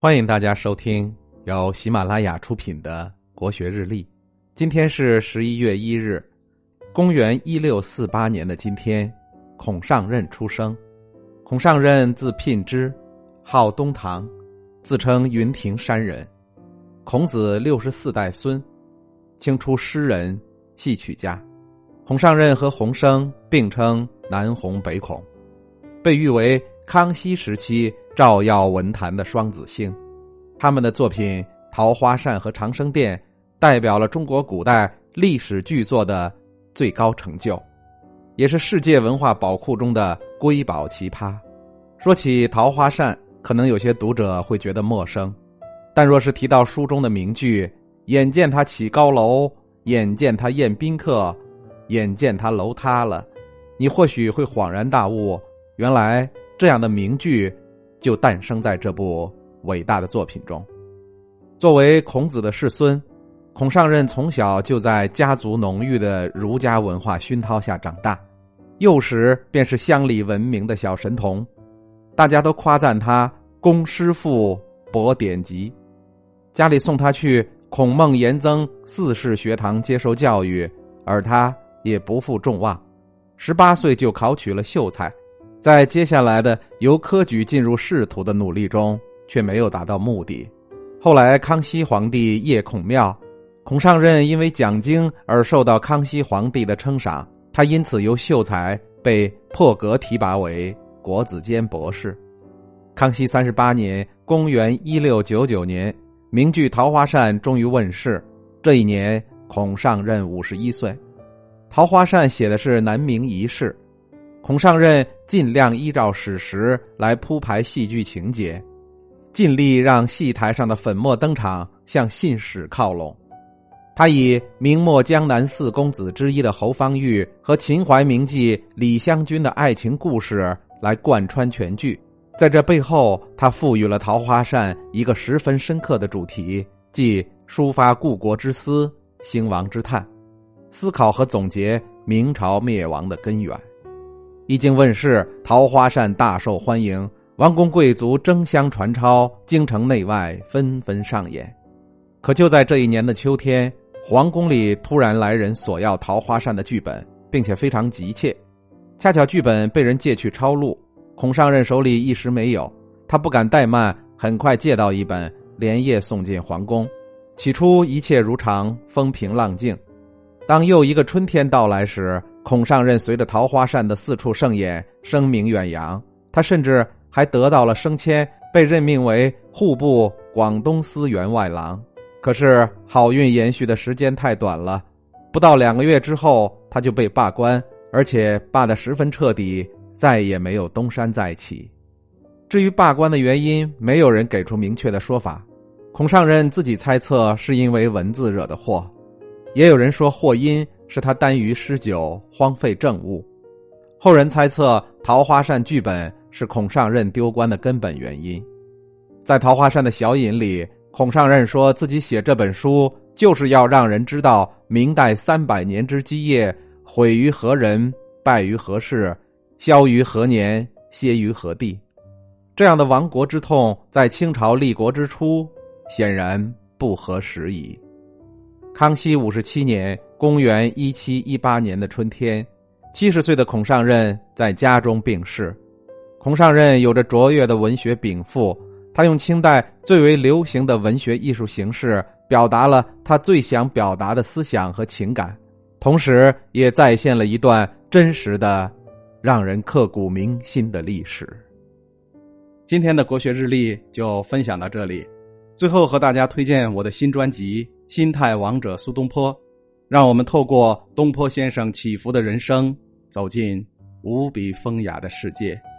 欢迎大家收听由喜马拉雅出品的国学日历。今天是11月1日，公元1648年的今天，孔尚任出生。孔尚任字聘之，号东堂，自称云亭山人。孔子64代孙，清初诗人、戏曲家。孔尚任和洪升并称南洪北孔，被誉为康熙时期照耀文坛的双子星。他们的作品《桃花扇》和《长生殿》代表了中国古代历史巨作的最高成就，也是世界文化宝库中的瑰宝奇葩。说起《桃花扇》，可能有些读者会觉得陌生，但若是提到书中的名句“眼见他起高楼，眼见他宴宾客，眼见他楼塌了”，你或许会恍然大悟，原来这样的名句就诞生在这部伟大的作品中。作为孔子的世孙，孔尚任从小就在家族浓郁的儒家文化熏陶下长大，幼时便是乡里闻名的小神童，大家都夸赞他工诗赋，博典籍。家里送他去孔孟颜曾4世学堂接受教育，而他也不负众望，18岁就考取了秀才。在接下来的由科举进入仕途的努力中，却没有达到目的。后来康熙皇帝谒孔庙，孔尚任因为讲经而受到康熙皇帝的称赏，他因此由秀才被破格提拔为国子监博士。康熙38年，公元1699年，名剧《桃花扇》终于问世。这一年，孔尚任51岁。《桃花扇》写的是南明遗事，孔尚任尽量依照史实来铺排戏剧情节，尽力让戏台上的粉墨登场向信史靠拢。他以明末江南4公子之一的侯方域和秦淮名妓李香君的爱情故事来贯穿全剧。在这背后，他赋予了《桃花扇》一个十分深刻的主题，即抒发故国之思、兴亡之叹，思考和总结明朝灭亡的根源。一经问世，《桃花扇》大受欢迎，王公贵族争相传抄，京城内外纷纷上演。可就在这一年的秋天，皇宫里突然来人索要《桃花扇》的剧本，并且非常急切。恰巧剧本被人借去抄录，孔尚任手里一时没有，他不敢怠慢，很快借到一本，连夜送进皇宫。起初一切如常，风平浪静。当又一个春天到来时，孔尚任随着《桃花扇》的4处盛演，声名远扬。他甚至还得到了升迁，被任命为户部广东司员外郎。可是好运延续的时间太短了，不到2个月之后，他就被罢官，而且罢得十分彻底，再也没有东山再起。至于罢官的原因，没有人给出明确的说法。孔尚任自己猜测是因为文字惹的祸，也有人说祸因是他耽于诗酒，荒废政务。后人猜测《桃花扇》剧本是孔尚任丢官的根本原因。在《桃花扇》的小引里，孔尚任说自己写这本书就是要让人知道明代300年之基业毁于何人，败于何事，消于何年，歇于何地。这样的亡国之痛，在清朝立国之初显然不合时宜。康熙57年，公元1718年的春天，70岁的孔尚任在家中病逝。孔尚任有着卓越的文学禀赋，他用清代最为流行的文学艺术形式表达了他最想表达的思想和情感，同时也再现了一段真实的让人刻骨铭心的历史。今天的国学日历就分享到这里，最后和大家推荐我的新专辑《心态王者苏东坡》，让我们透过东坡先生起伏的人生，走进无比风雅的世界。